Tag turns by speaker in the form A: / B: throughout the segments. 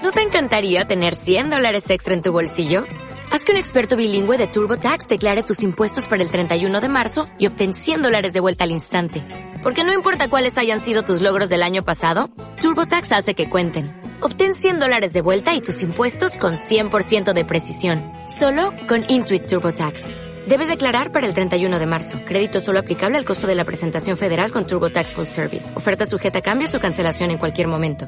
A: ¿No te encantaría tener $100 extra en tu bolsillo? Haz que un experto bilingüe de TurboTax declare tus impuestos para el 31 de marzo y obtén $100 de vuelta al instante. Porque no importa cuáles hayan sido tus logros del año pasado, TurboTax hace que cuenten. Obtén $100 de vuelta y tus impuestos con 100% de precisión. Solo con Intuit TurboTax. Debes declarar para el 31 de marzo. Crédito solo aplicable al costo de la presentación federal con TurboTax Full Service. Oferta sujeta a cambios o cancelación en cualquier momento.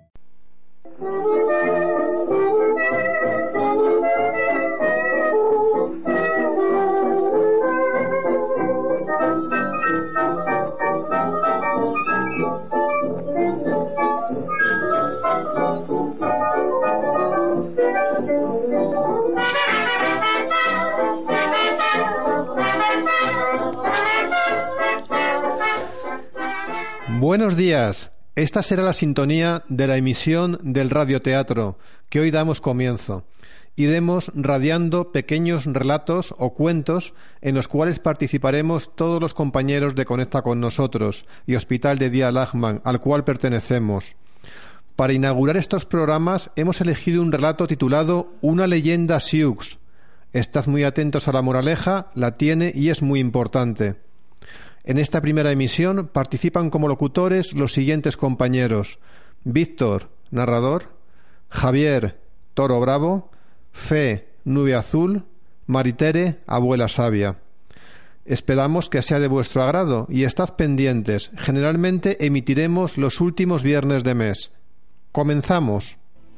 B: Buenos días. Esta será la sintonía de la emisión del radioteatro que hoy damos comienzo. Iremos radiando pequeños relatos o cuentos en los cuales participaremos todos los compañeros de Conecta con Nosotros y Hospital de Día Lachman, al cual pertenecemos. Para inaugurar estos programas hemos elegido un relato titulado Una leyenda Sioux. Estad muy atentos a la moraleja, la tiene y es muy importante. En esta primera emisión participan como locutores los siguientes compañeros: Víctor, narrador; Javier, toro bravo; Fe, nube azul; Maritere, abuela sabia. Esperamos que sea de vuestro agrado y estad pendientes. Generalmente emitiremos los últimos viernes de mes. Comenzamos.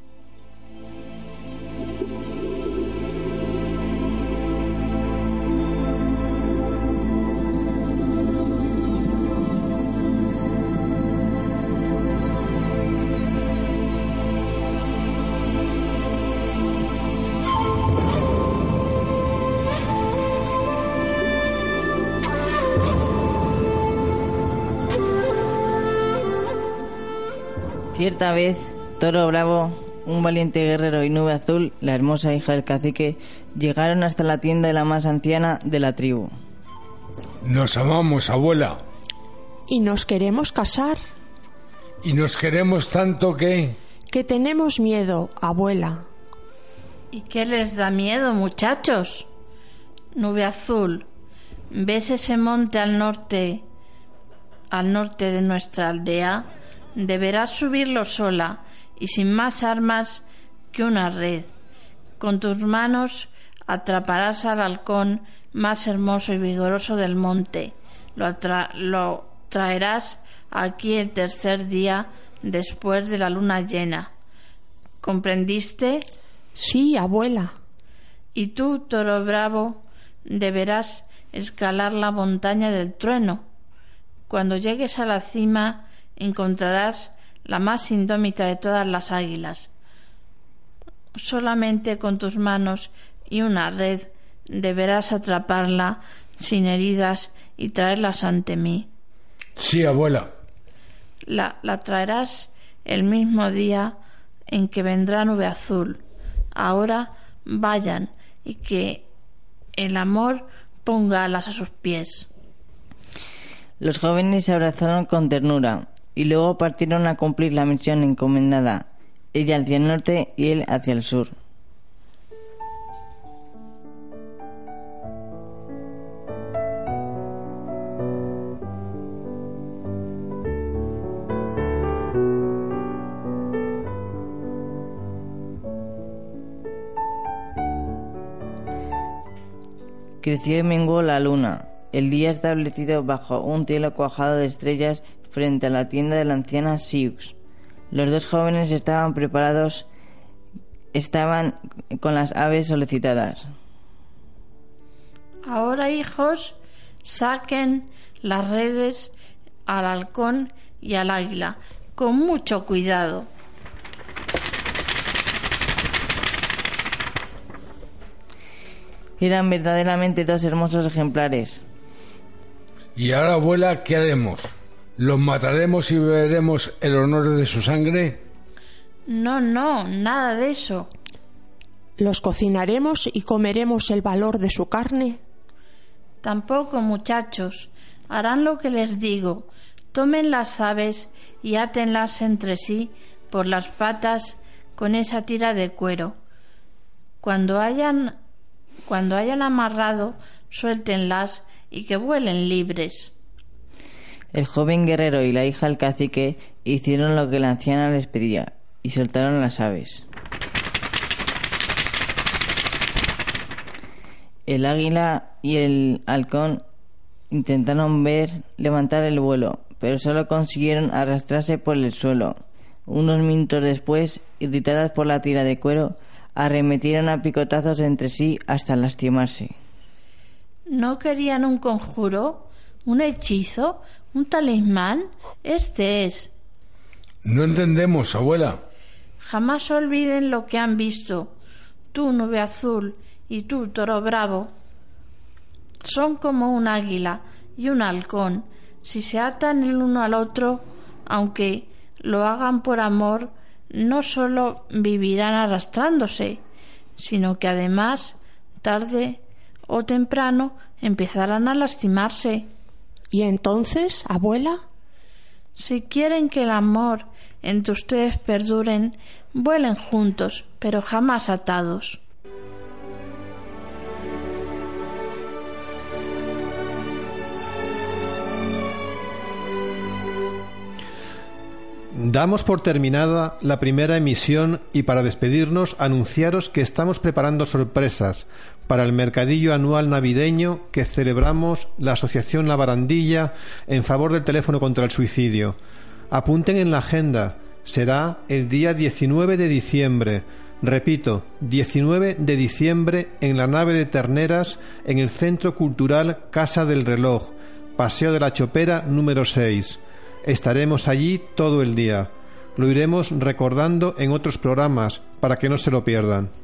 C: Cierta vez, Toro Bravo, un valiente guerrero y Nube Azul, la hermosa hija del cacique, llegaron hasta la tienda de la más anciana de la tribu.
D: Nos amamos, abuela.
E: Y nos queremos casar.
D: Y nos queremos tanto que
E: tenemos miedo, abuela.
F: ¿Y qué les da miedo, muchachos? Nube Azul, ¿ves ese monte al norte de nuestra aldea? Deberás subirlo sola y sin más armas que una red. Con tus manos atraparás al halcón más hermoso y vigoroso del monte. Lo traerás aquí el tercer día después de la luna llena. ¿Comprendiste?
E: Sí, abuela.
F: Y tú, Toro Bravo, deberás escalar la montaña del trueno. Cuando llegues a la cima, encontrarás la más indómita de todas las águilas. Solamente con tus manos y una red deberás atraparla sin heridas y traerlas ante mí.
D: Sí, abuela.
F: La traerás el mismo día en que vendrá Nube Azul. Ahora vayan y que el amor ponga alas a sus pies.
C: Los jóvenes se abrazaron con ternura y luego partieron a cumplir la misión encomendada, ella hacia el norte y él hacia el sur. Creció y menguó la luna. El día establecido bajo un cielo cuajado de estrellas frente a la tienda de la anciana Sioux. Los dos jóvenes estaban con las aves solicitadas.
F: Ahora, hijos, saquen las redes al halcón y al águila, con mucho cuidado.
C: Eran verdaderamente dos hermosos ejemplares.
D: ¿Y ahora, abuela, qué haremos? ¿Los mataremos y beberemos el honor de su sangre?
F: No, nada de eso.
E: ¿Los cocinaremos y comeremos el valor de su carne?
F: Tampoco, muchachos. Harán lo que les digo. Tomen las aves y átenlas entre sí por las patas con esa tira de cuero. Cuando hayan amarrado, suéltenlas y que vuelen libres.
C: El joven guerrero y la hija del cacique hicieron lo que la anciana les pedía y soltaron las aves. El águila y el halcón intentaron levantar el vuelo, pero solo consiguieron arrastrarse por el suelo. Unos minutos después, irritadas por la tira de cuero, arremetieron a picotazos entre sí hasta lastimarse.
F: ¿No querían un conjuro? ¿Un hechizo? ¿Un talismán? Este es.
D: No entendemos, abuela.
F: Jamás olviden lo que han visto. Tú, Nube Azul, y tú, Toro Bravo. Son como un águila y un halcón. Si se atan el uno al otro, aunque lo hagan por amor, no solo vivirán arrastrándose, sino que además, tarde o temprano, empezarán a lastimarse.
E: ¿Y entonces, abuela?
F: Si quieren que el amor entre ustedes perduren, vuelen juntos, pero jamás atados.
B: Damos por terminada la primera emisión y para despedirnos anunciaros que estamos preparando sorpresas para el mercadillo anual navideño que celebramos la Asociación La Barandilla en favor del teléfono contra el suicidio. Apunten en la agenda, será el día 19 de diciembre. Repito, 19 de diciembre en la nave de Terneras en el Centro Cultural Casa del Reloj, Paseo de la Chopera número 6. Estaremos allí todo el día. Lo iremos recordando en otros programas para que no se lo pierdan.